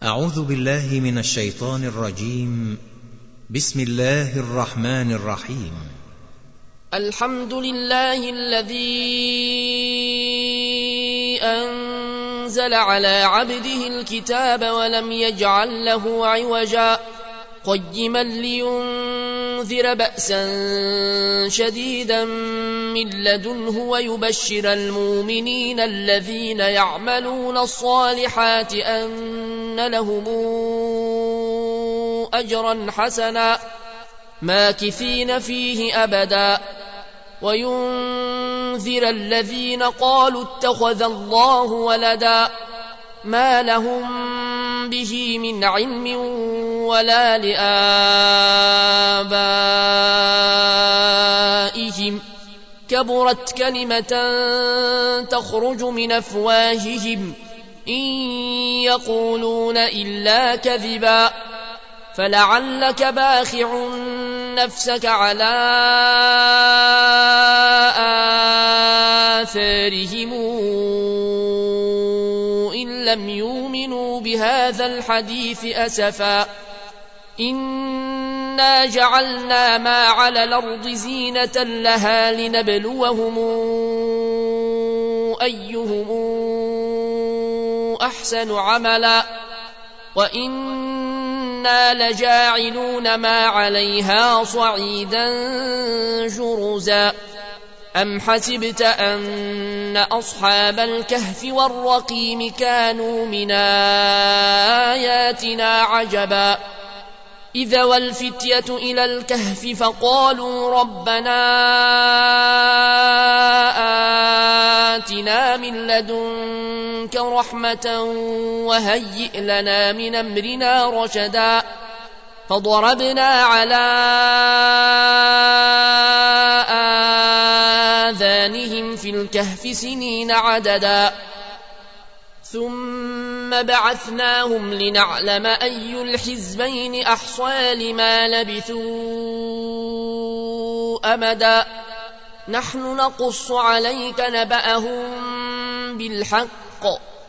أعوذ بالله من الشيطان الرجيم. بسم الله الرحمن الرحيم. الحمد لله الذي أنزل على عبده الكتاب ولم يجعل له عوجا قيما لينذر بأسا شديدا من لدنه ويبشر المؤمنين الذين يعملون الصالحات أن لهم أجرا حسنا ماكثين فيه أبدا وينذر الذين قالوا اتخذ الله ولدا ما لهم به من علم ولا لآبائهم كبرت كلمة تخرج من أفواههم إن يقولون إلا كذبا فلعلك باخع نفسك على آثارهم إن لم يؤمنوا بهذا الحديث أسفا إنا جعلنا ما على الأرض زينة لها لنبلوهم أيهم أحسن عملا وإنا لجاعلون ما عليها صعيدا جرزا أم حسبت أن أصحاب الكهف والرقيم كانوا من آياتنا عجبا إذا والفتية إلى الكهف فقالوا ربنا آتنا من لدنك رحمة وهيئ لنا من أمرنا رشدا فضربنا على آذانهم في الكهف سنين عددا ثم بعثناهم لنعلم أي الحزبين أحصى لما لبثوا أمدا نحن نقص عليك نبأهم بالحق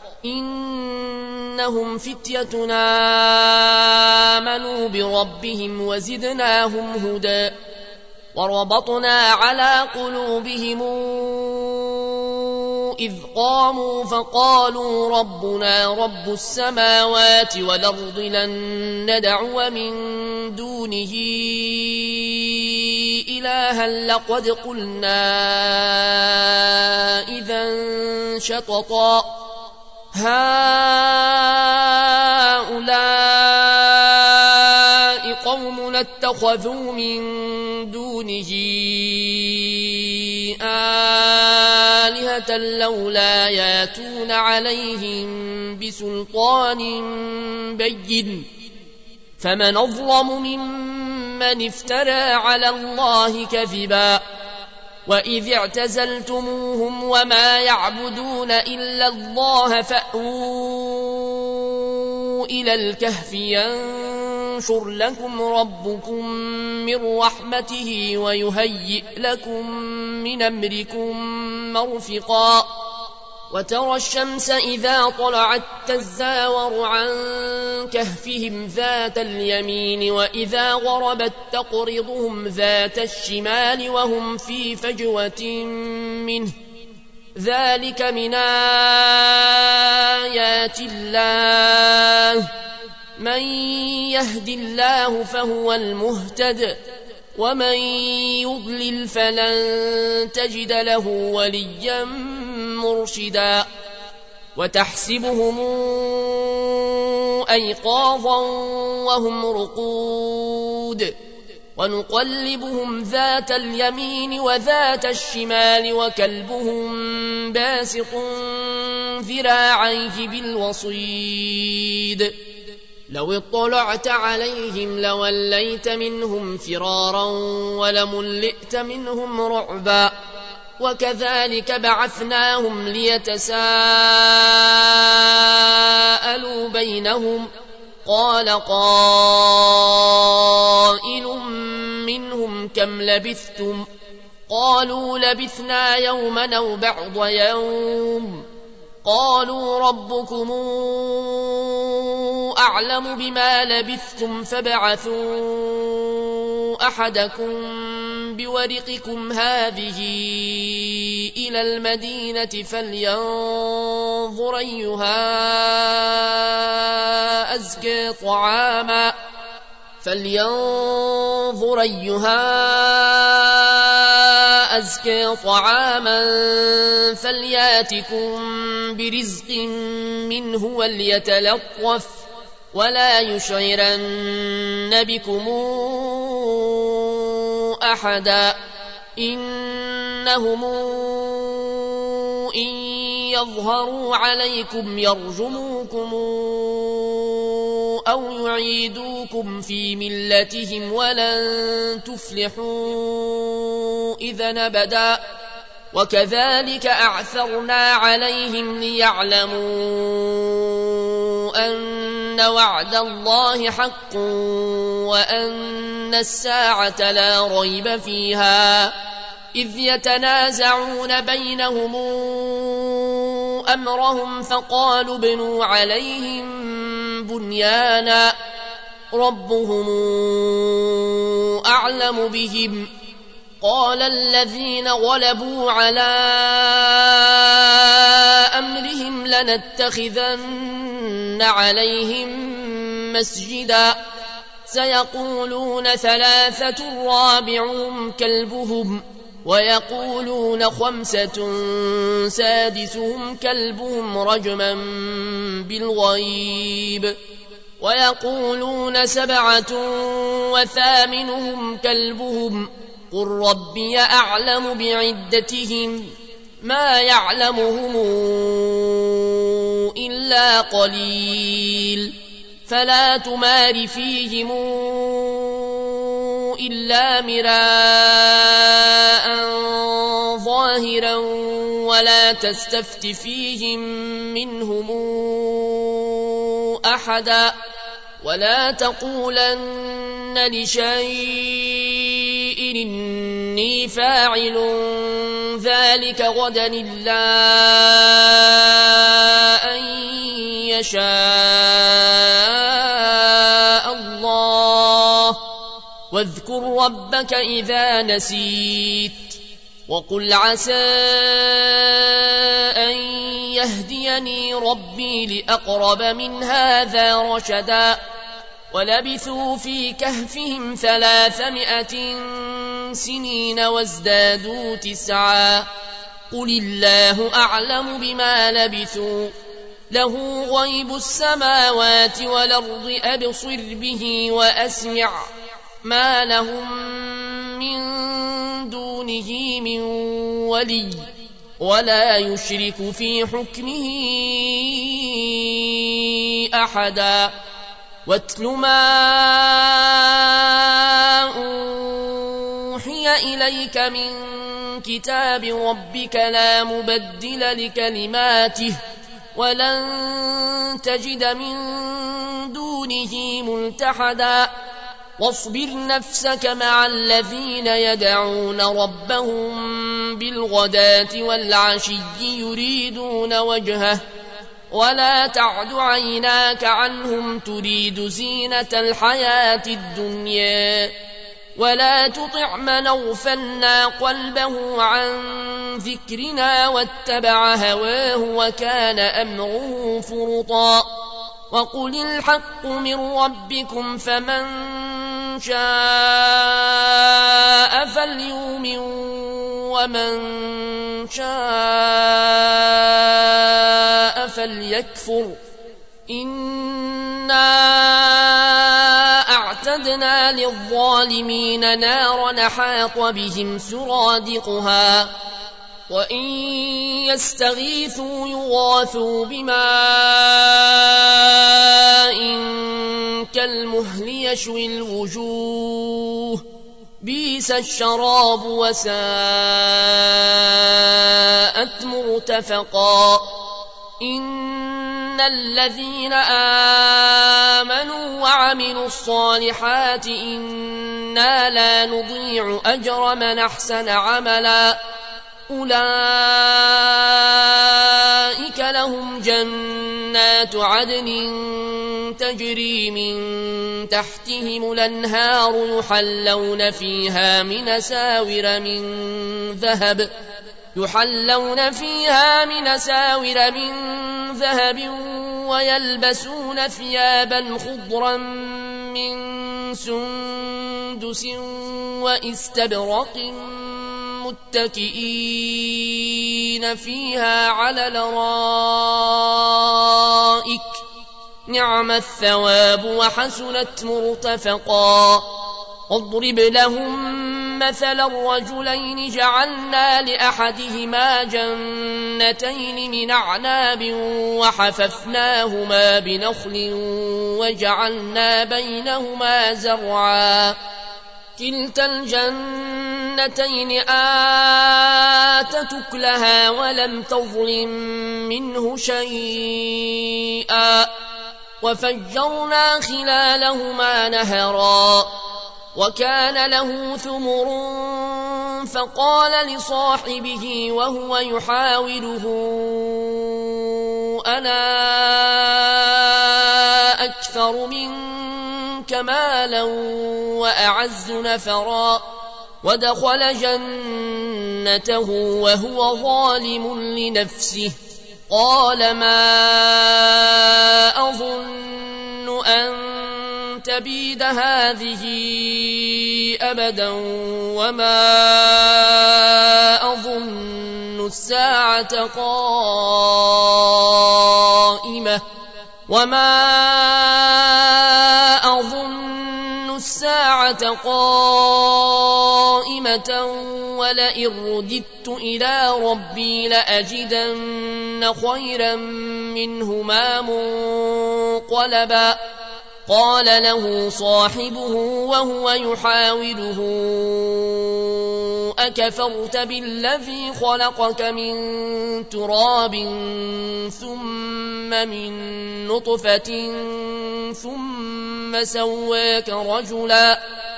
إنهم فتيتنا آمنوا بربهم وزدناهم هدى وربطنا على قلوبهم إذ قاموا فقالوا ربنا رب السماوات والأرض لن ندعو من دونه إلها لقد قلنا إذا شططا هؤلاء قوم اتخذوا من دونه آلهة لولا ياتون عليهم بسلطان بين فمن أظلم ممن افترى على الله كذبا وإذ اعتزلتموهم وما يعبدون إلا الله فأووا إلى الكهف ينشر لكم ربكم من رحمته ويهيئ لكم من أمركم مرفقا وترى الشمس إذا طلعت تزاور عن كهفهم ذات اليمين وإذا غربت تقرضهم ذات الشمال وهم في فجوة منه ذلك من آيات الله من يهد الله فهو المهتد ومن يضلل فلن تجد له وليا مرشدا وتحسبهم أيقاظا وهم رقود ونقلبهم ذات اليمين وذات الشمال وكلبهم باسط ذراعيه بالوصيد لو اطلعت عليهم لوليت منهم فرارا ولملئت منهم رعبا وكذلك بعثناهم ليتساءلوا بينهم قال قائل منهم كم لبثتم قالوا لبثنا يوما أو بعض يوم قالوا ربكم أعلم بما لبثتم فابعثوا أحدكم بورقكم هذه إلى المدينة فلينظر أيها أزكى طعاما فلياتكم برزق منه وليتلطف ولا يشعرن بكم أحدا إنهم إن يظهروا عليكم يرجموكم أو يعيدوكم في ملتهم ولن تفلحوا إذا أبدا وكذلك أعثرنا عليهم ليعلموا أن وعد الله حق وأن الساعة لا ريب فيها إذ يتنازعون بينهم أمرهم فقالوا ابنوا عليهم بنيانا ربهم أعلم بهم قال الذين غلبوا على أمرهم لنتخذن عليهم مسجدا سيقولون 3 رابعهم كلبهم ويقولون 5 سادسهم كلبهم رجما بالغيب ويقولون 7 وثامنهم كلبهم قل ربي أعلم بعدتهم ما يعلمهم إلا قليل فلا تمار فيهم إلا مراء ظاهرا ولا تستفت فيهم منهم أحدا ولا تقولن لشيء إني فاعل ذلك غدا إلا أن يشاء الله واذكر ربك إذا نسيت وقل عسى أن يهديني ربي لأقرب من هذا رشدا ولبثوا في كهفهم 300 سنين وازدادوا 9 قل الله أعلم بما لبثوا له غيب السماوات والأرض أبصر به وأسمع ما لهم من دونه من ولي ولا يشرك في حكمه أحدا واتل ما أوحي إليك من كتاب ربك لا مبدل لكلماته ولن تجد من دونه ملتحدا واصبر نفسك مع الذين يدعون ربهم بالغداة والعشي يريدون وجهه ولا تعد عيناك عنهم تريد زينة الحياة الدنيا ولا تطع من أغفلنا قلبه عن ذكرنا واتبع هواه وكان أمره فرطا وقل الحق من ربكم فمن شاء فليؤمن ومن شاء فليكفر إنا أعتدنا للظالمين نارا حاط بهم سرادقها وإن يستغيثوا يغاثوا بماء كالمهل يشوي الوجوه بئس الشراب وساءت مرتفقا إن الذين آمنوا وعملوا الصالحات إنا لا نضيع أجر من أحسن عملا أولئك لهم جنات عدن تجري من تحتهم الأنهار يحلون فيها من ساور من ذهب ويلبسون ثيابا خضرا من سندس واستبرق متكئين فيها على الارائك نعم الثواب وحسنت مرتفقا واضرب لهم مثلا الرجلين جعلنا لأحدهما جنتين من أعناب وحففناهما بنخل وجعلنا بينهما زرعا كلتا الجنتين آتت أكلها ولم تظلم منه شيئا وفجرنا خلالهما نهرا وكان له ثمر فقال لصاحبه وهو يحاوره أنا أكثر منك مالا وأعز نفرا ودخل جنته وهو ظالم لنفسه قال ما أظن أن تبيد هذه أبدا وما أظن الساعة قائمة ولئن رددت إلى ربي لأجدن خيرا منهما منقلبا قال له صاحبه وهو يحاوره أكفرت بالذي خلقك من تراب ثم من نطفة ثم سواك رجلا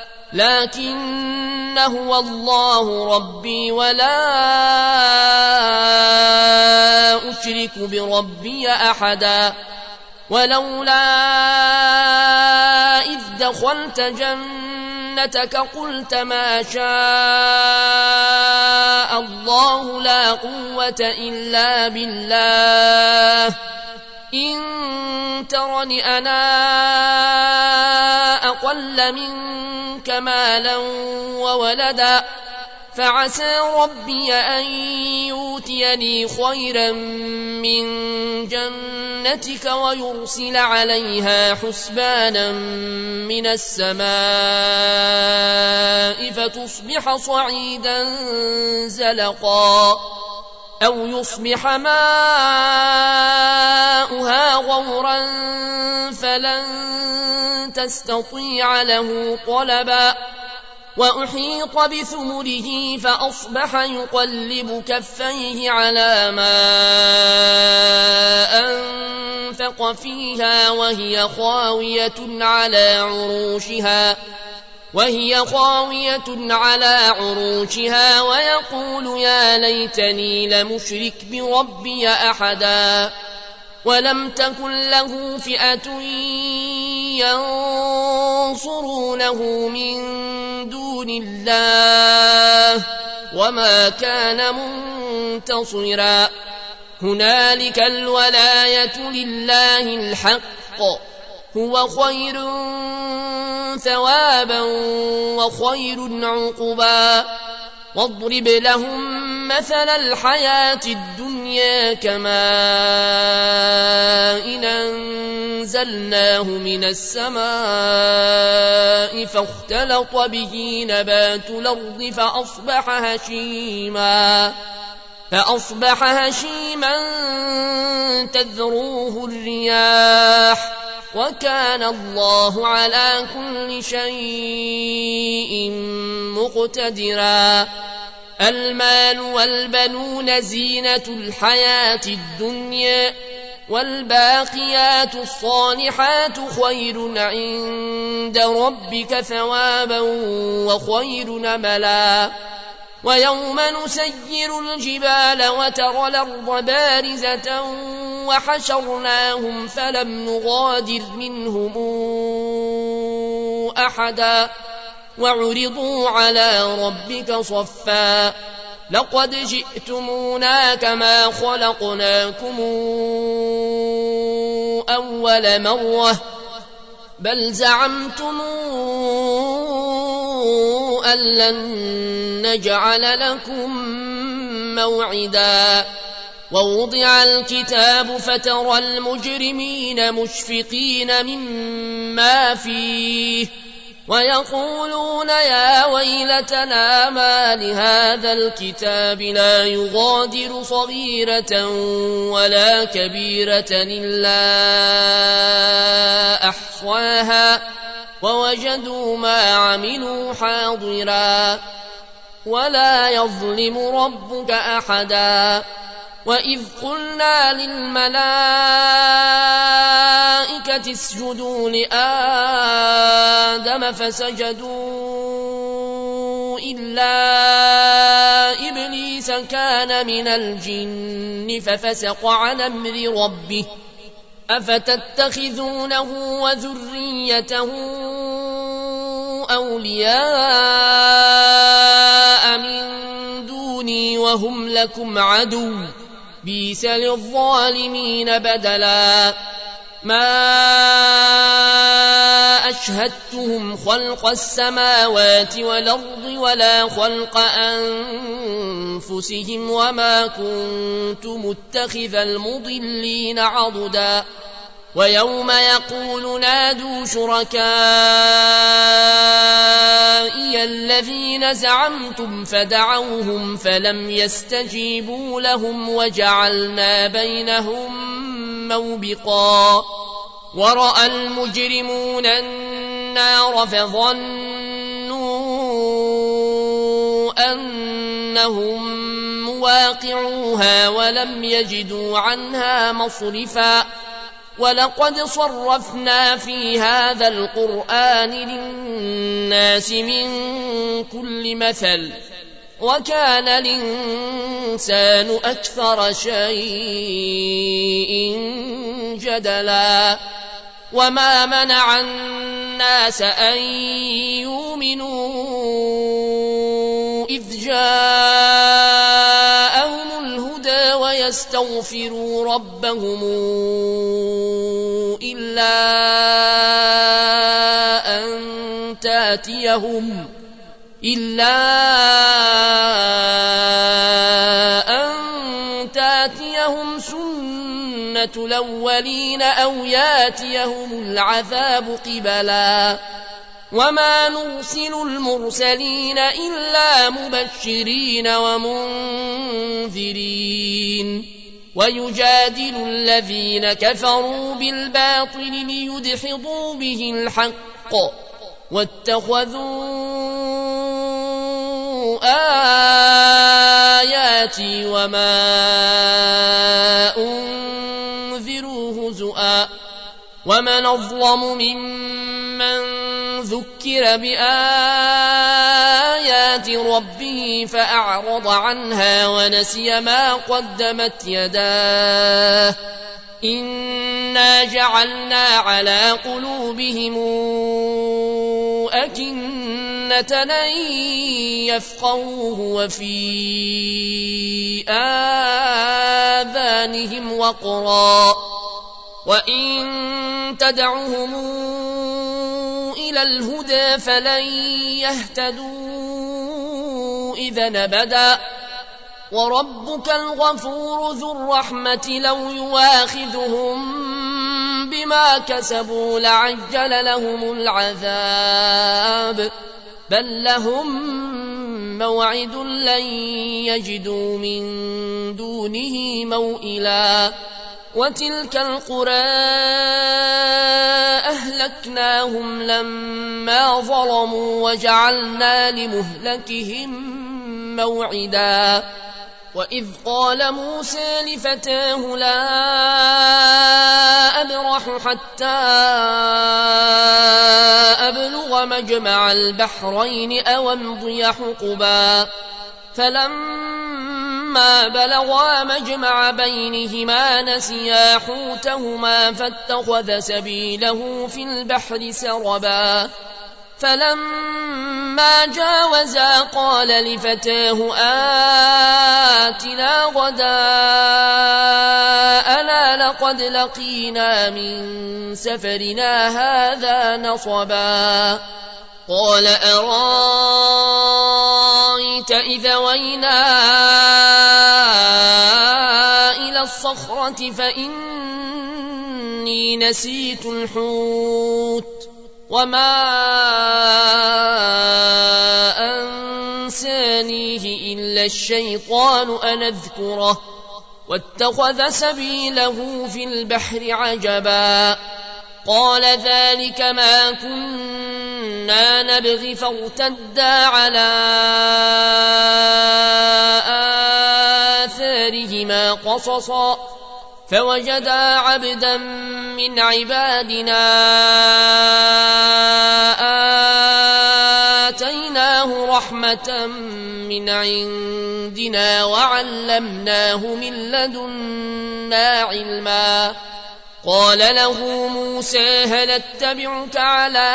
لكن هو الله ربي ولا أشرك بربي أحدا ولولا إذ دخلت جنتك قلت ما شاء الله لا قوة إلا بالله إن ترني أنا أقل منك مالا وولدا فعسى ربي أن يؤتيني خيرا من جنتك ويرسل عليها حسبانا من السماء فتصبح صعيدا زلقا أو يصبح ماؤها غورا فلن تستطيع له طلبا وأحيط بثمره فأصبح يقلب كفيه على ما أنفق فيها وهي خاوية على عروشها ويقول يا ليتني لمشرك بربي أحدا ولم تكن له فئة ينصرونه من دون الله وما كان منتصرا هنالك الولاية لله الحق هو خير ثوابا وخير عقبا واضرب لهم مثل الحياة الدنيا كماء إن أنزلناه من السماء فاختلط به نبات الأرض فأصبح هشيما تذروه الرياح وكان الله على كل شيء مقتدرا المال والبنون زينة الحياة الدنيا والباقيات الصالحات خير عند ربك ثوابا وخير نملا ويوم نسير الجبال وترى الأرض بارزة وحشرناهم فلم نغادر منهم أحدا وعرضوا على ربك صفا لقد جئتمونا كما خلقناكم أول مرة بل زعمتم أن لن نجعل لكم موعدا ووضع الكتاب فترى المجرمين مشفقين مما فيه ويقولون يا ويلتنا ما لهذا الكتاب لا يغادر صغيرة ولا كبيرة إلا أحصاها ووجدوا ما عملوا حاضرا ولا يظلم ربك أحدا وإذ قلنا للملائكة اسجدوا لآدم فسجدوا إلا إبليس كان من الجن ففسق عن أمر ربه أفتتخذونه وذريته أولياء من دوني وهم لكم عدو بئس للظالمين بدلا ما أشهدتهم خلق السماوات والأرض ولا خلق أنفسهم وما كنت متخذ المضلين عضدا ويوم يقول نادوا شركائي الذين زعمتم فدعوهم فلم يستجيبوا لهم وجعلنا بينهم موبقا ورأى المجرمون النار فظنوا أنهم مواقعوها ولم يجدوا عنها مصرفا ولقد صرفنا في هذا القرآن للناس من كل مثل وكان الإنسان أكثر شيء جدلا وما منع الناس أن يؤمنوا إذ جاءهم الهدى ويستغفروا ربهم إلا أن تاتيهم سنة الأولين أو ياتيهم العذاب قبلا وما نرسل المرسلين إلا مبشرين ومنذرين ويجادل الذين كفروا بالباطل ليدحضوا به الحق واتخذوا آياتي وما أنذروا هزؤا ومن أظلم ممن ذكر بآيات ربه فأعرض عنها ونسي ما قدمت يداه إنا جعلنا على قلوبهم أكنة أن يفقهوه وفي آذانهم وقرا وإن تدعهم إلى الهدى فلن يهتدوا إذا أبدا وربك الغفور ذو الرحمة لو يواخذهم بما كسبوا لعجل لهم العذاب بل لهم موعد لن يجدوا من دونه موئلا وتلك القرى أهلكناهم لما ظلموا وجعلنا لمهلكهم موعدا وإذ قال موسى لفتاه لا أبرح حتى أبلغ مجمع البحرين أو امضي حقبا فلما بلغا مجمع بينهما نسيا حوتهما فاتخذ سبيله في البحر سربا فلما جاوزا قال لفتاه آتنا غداءنا لقد لقينا من سفرنا هذا نصبا قال أرأيت إذا وينا إلى الصخرة فإني نسيت الحوت وما أنسانيه إلا الشيطان أن أذكره واتخذ سبيله في البحر عجبا قال ذلك ما كنا نبغي فارتدا على آثارهما قصصا فوجدا عبدا من عبادنا آتيناه رحمة من عندنا وعلمناه من لدنا علما قال له موسى هل اتبعك على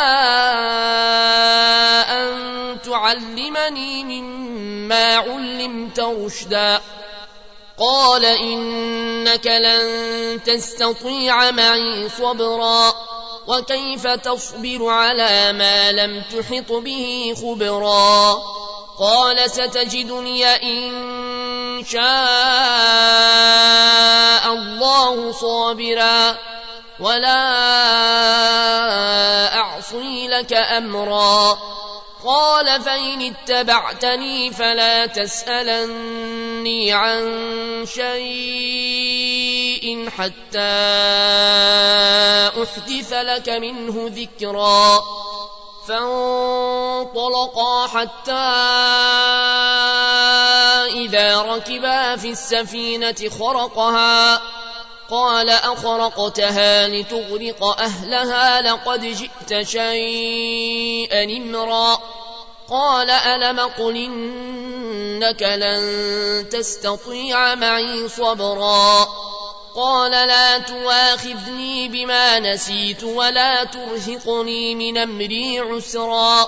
أن تعلمني مما علمت رشدا قال إنك لن تستطيع معي صبرا وكيف تصبر على ما لم تحط به خبرا قال ستجدني إن شاء الله صابرا ولا أعصي لك أمرا قال فإن اتبعتني فلا تسألني عن شيء حتى أحدث لك منه ذكرا فانطلقا حتى إذا ركبا في السفينة خرقها قال أخرقتها لتغرق أهلها لقد جئت شيئا إمرا قال ألم قل إنك لن تستطيع معي صبرا قال لا تواخذني بما نسيت ولا ترهقني من أمري عسرا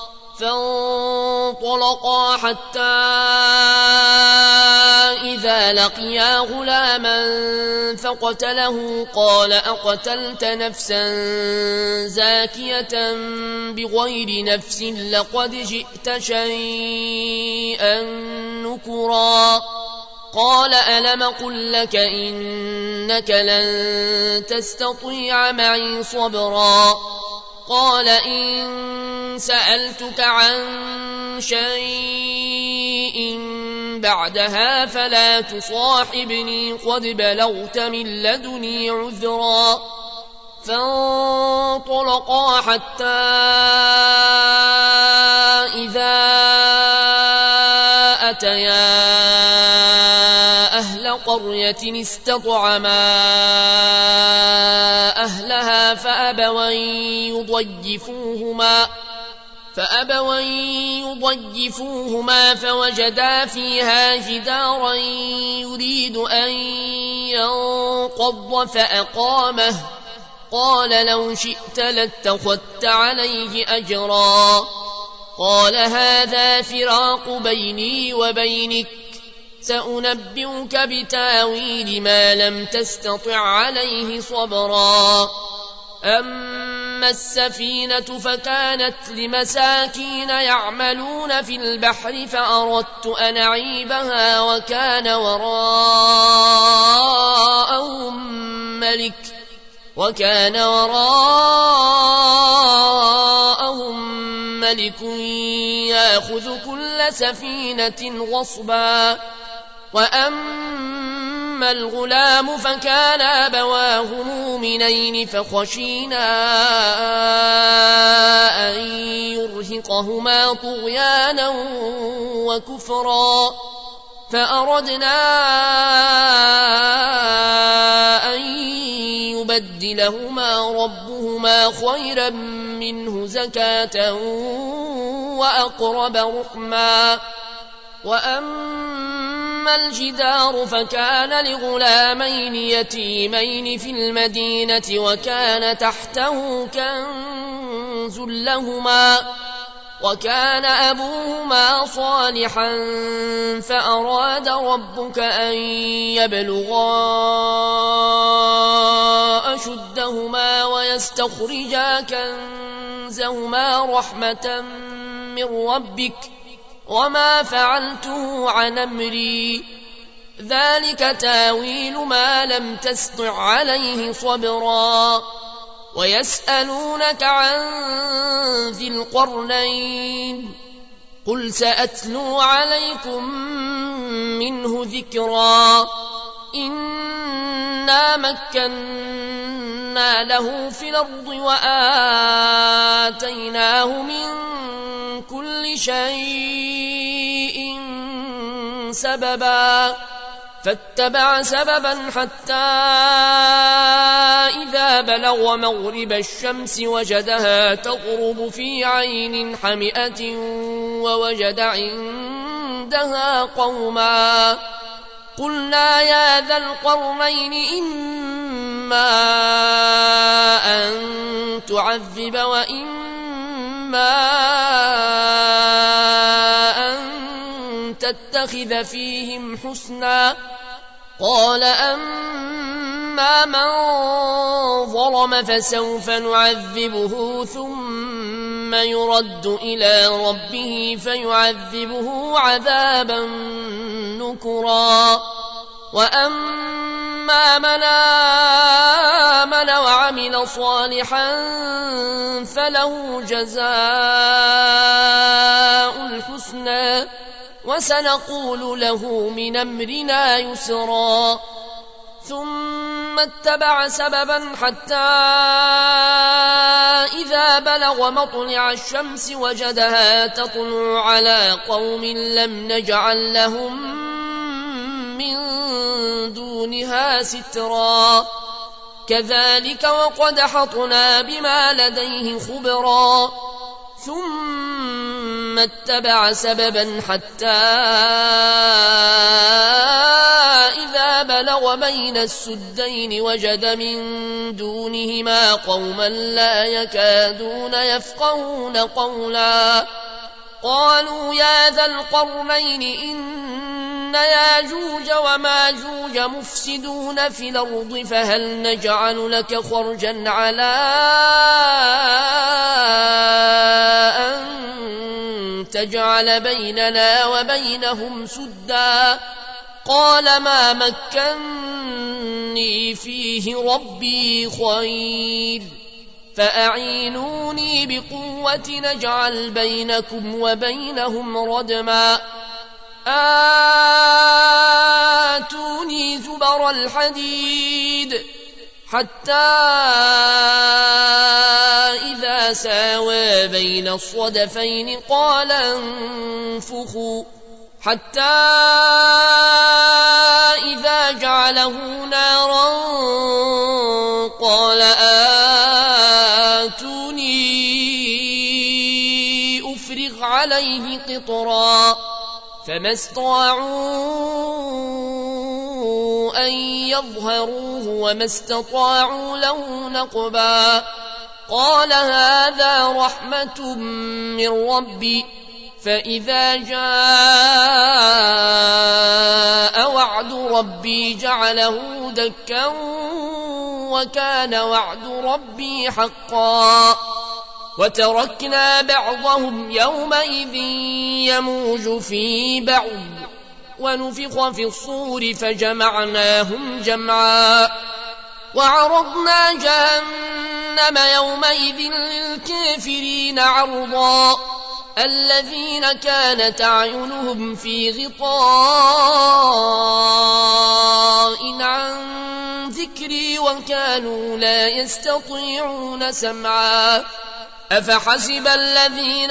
فانطلقا حتى إذا لقيا غلاما فقتله قال أقتلت نفسا زاكية بغير نفس لقد جئت شيئا نكرا قال ألم قل لك إنك لن تستطيع معي صبرا قال إن سألتك عن شيء بعدها فلا تصاحبني قد بلغت من لدني عذرا فانطلقا حتى إذا أتيا أهل قرية استطعما أهلها فأبوا يضيفوهما فوجدا فيها جدارا يريد أن ينقض فأقامه قال لو شئت لاتخذت عليه أجرا قال هذا فراق بيني وبينك سأنبئك بتاويل ما لم تستطع عليه صبرا أما السفينة فكانت لمساكين يعملون في البحر فأردت أن أعيبها وكان وراءهم ملك يأخذ كل سفينة غصبا وأما الغلام فكان أبواه مؤمنين فخشينا أن يرهقهما طغيانا وكفرا فأردنا أن يبدلهما ربهما خيرا منه زكاة وأقرب رحما وأما الجدار فكان لغلامين يتيمين في المدينة وكان تحته كنز لهما وكان أبوهما صالحا فأراد ربك أن يبلغا أشدهما ويستخرجا كنزهما رحمة من ربك وما فعلته عن أمري ذلك تاويل ما لم تسطع عليه صبرا ويسألونك عن ذي القرنين قل سأتلو عليكم منه ذكرا إنا مكنا له في الأرض وآتيناه من كل شيء سببا فاتبع سببا حتى إذا بلغ مغرب الشمس وجدها تغرب في عين حمئة ووجد عندها قوما قلنا يا ذا القرنين إما أن تعذب وإما أن تتخذ فيهم حسنا قال أما من ظلم فسوف نعذبه ثم يرد إلى ربه فيعذبه عذابا نكرا وأما من آمن وعمل صالحا فله جزاء الحسنى وسنقول له من أمرنا يسرا ثم اتبع سببا حتى إذا بلغ مطلع الشمس وجدها تطلع على قوم لم نجعل لهم من دونها سترا كذلك وقد حطنا بما لديه خبرا ثم اتبع سببا حتى إذا بلغ بين السدين وجد من دونهما قوما لا يكادون يفقهون قولا قالوا يا ذا القرنين إن ياجوج وماجوج مفسدون في الأرض فهل نجعل لك خرجا على أن تجعل بيننا وبينهم سدا قال ما مكني فيه ربي خير فأعينوني بقوة نجعل بينكم وبينهم ردما آتوني زبر الحديد حتى إذا ساوى بين الصدفين قال انفخوا حتى إذا جعله نارا قال آتوني أفرغ عليه قطرا فما استطاعوا أن يظهروه وما استطاعوا له نقبا قال هذا رحمة من ربي فإذا جاء وعد ربي جعله دكا وكان وعد ربي حقا وتركنا بعضهم يومئذ يموج في بعض ونفخ في الصور فجمعناهم جمعا وعرضنا جهنم يومئذ للكافرين عرضا الذين كانت أعينهم في غطاء عن ذكري وكانوا لا يستطيعون سمعا أفحسب الذين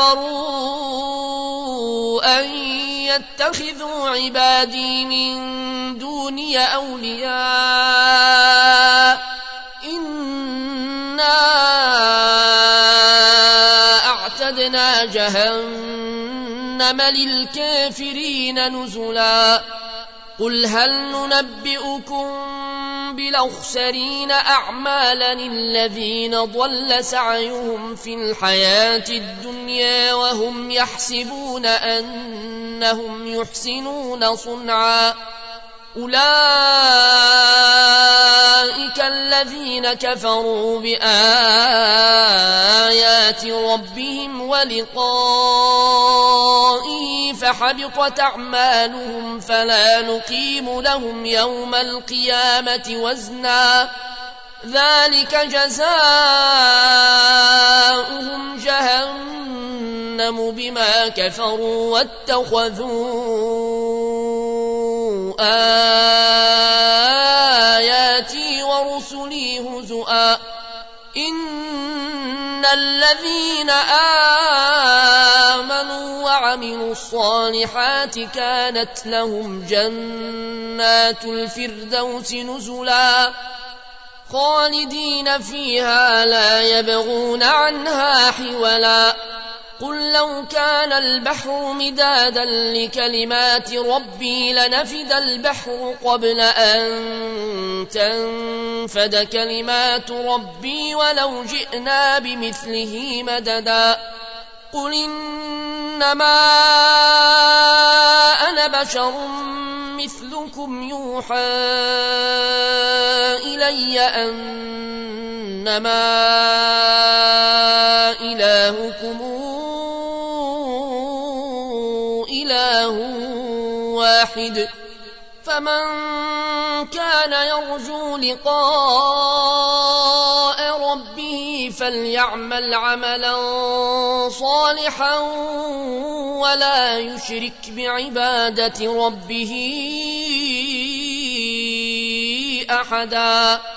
كفروا أن يتخذوا عبادي من دوني أولياء إنا أعتدنا جهنم جهنم للكافرين نزلا قل هل ننبئكم بالأخسرين أعمالا الذين ضل سعيهم في الحياة الدنيا وهم يحسبون أنهم يحسنون صنعا أولئك الذين كفروا بآيات ربهم ولقائه فحبطت أعمالهم فلا نقيم لهم يوم القيامة وزنا ذلك جزاؤهم جهنم بما كفروا واتخذوا آياتي ورسلي هزؤا إن الذين آمنوا وعملوا الصالحات كانت لهم جنات الفردوس نزلا خالدين فيها لا يبغون عنها حولا قل لو كان البحر مدادا لكلمات ربي لنفد البحر قبل أن تنفد كلمات ربي ولو جئنا بمثله مددا قل إنما أنا بشر مثلكم يوحى إلي أنما إلهكم إله واحد فمن كان يرجو لقاء ربه فليعمل عملا صالحا ولا يشرك بعبادة ربه أحدا